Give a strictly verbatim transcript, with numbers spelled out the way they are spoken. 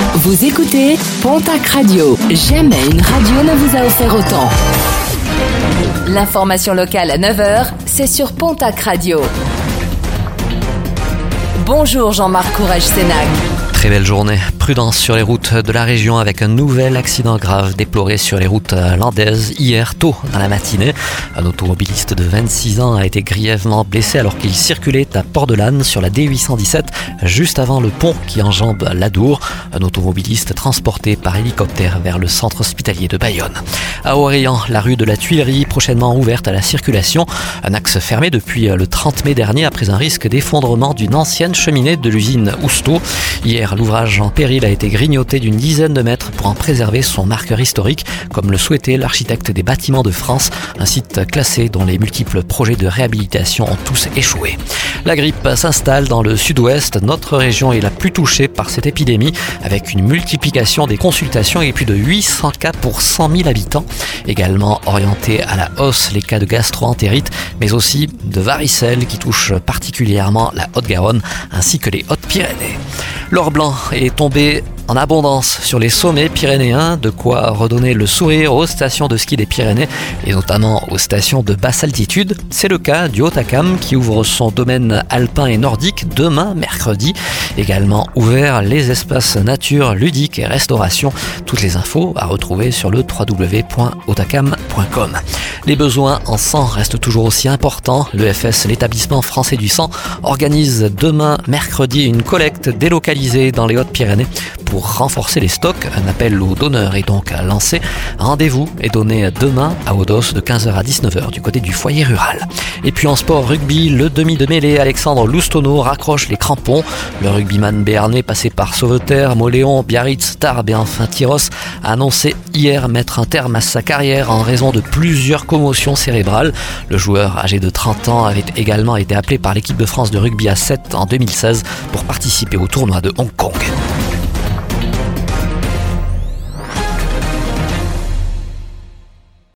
Vous écoutez Pontac Radio. Jamais une radio ne vous a offert autant. L'information locale à neuf heures, c'est sur Pontac Radio. Bonjour Jean-Marc Courage-Sénac. Très belle journée. Prudence sur les routes de la région avec un nouvel accident grave déploré sur les routes landaises hier tôt dans la matinée. Un automobiliste de vingt-six ans a été grièvement blessé alors qu'il circulait à Port-de-Lanne sur la D huit cent dix-sept juste avant le pont qui enjambe l'Adour. Un automobiliste transporté par hélicoptère vers le centre hospitalier de Bayonne. À Orléans, la rue de la Tuilerie prochainement ouverte à la circulation. Un axe fermé depuis le trente mai dernier après un risque d'effondrement d'une ancienne cheminée de l'usine Housteau. Hier, l'ouvrage en péril a été grignoté d'une dizaine de mètres pour en préserver son marqueur historique, comme le souhaitait l'architecte des bâtiments de France, un site classé dont les multiples projets de réhabilitation ont tous échoué. La grippe s'installe dans le sud-ouest. Notre région est la plus touchée par cette épidémie, avec une multiplication des consultations et plus de huit cents cas pour cent mille habitants. Également orientés à la hausse les cas de gastro-entérite, mais aussi de varicelle qui touche particulièrement la Haute-Garonne ainsi que les Hautes-Pyrénées. L'or blanc est tombé en abondance sur les sommets pyrénéens, de quoi redonner le sourire aux stations de ski des Pyrénées et notamment aux stations de basse altitude. C'est le cas du Hautacam qui ouvre son domaine alpin et nordique demain mercredi. Également ouvert les espaces nature, ludique et restauration. Toutes les infos à retrouver sur le w w w point hautacam point com. Les besoins en sang restent toujours aussi importants. L'E F S, l'établissement français du sang, organise demain mercredi une collecte délocalisée dans les Hautes-Pyrénées pour renforcer les stocks. Un appel aux donneurs est donc lancé. Rendez-vous est donné demain à Odos de quinze heures à dix-neuf heures du côté du foyer rural. Et puis en sport rugby, le demi de mêlée Alexandre Loustono raccroche les crampons. Le rugbyman béarnais passé par Sauveterre, Moléon, Biarritz, Tarbes et enfin Tyros a annoncé hier mettre un terme à sa carrière en raison de plusieurs commotions cérébrales. Le joueur âgé de trente ans avait également été appelé par l'équipe de France de rugby à sept en deux mille seize pour participer au tournoi de Hong Kong.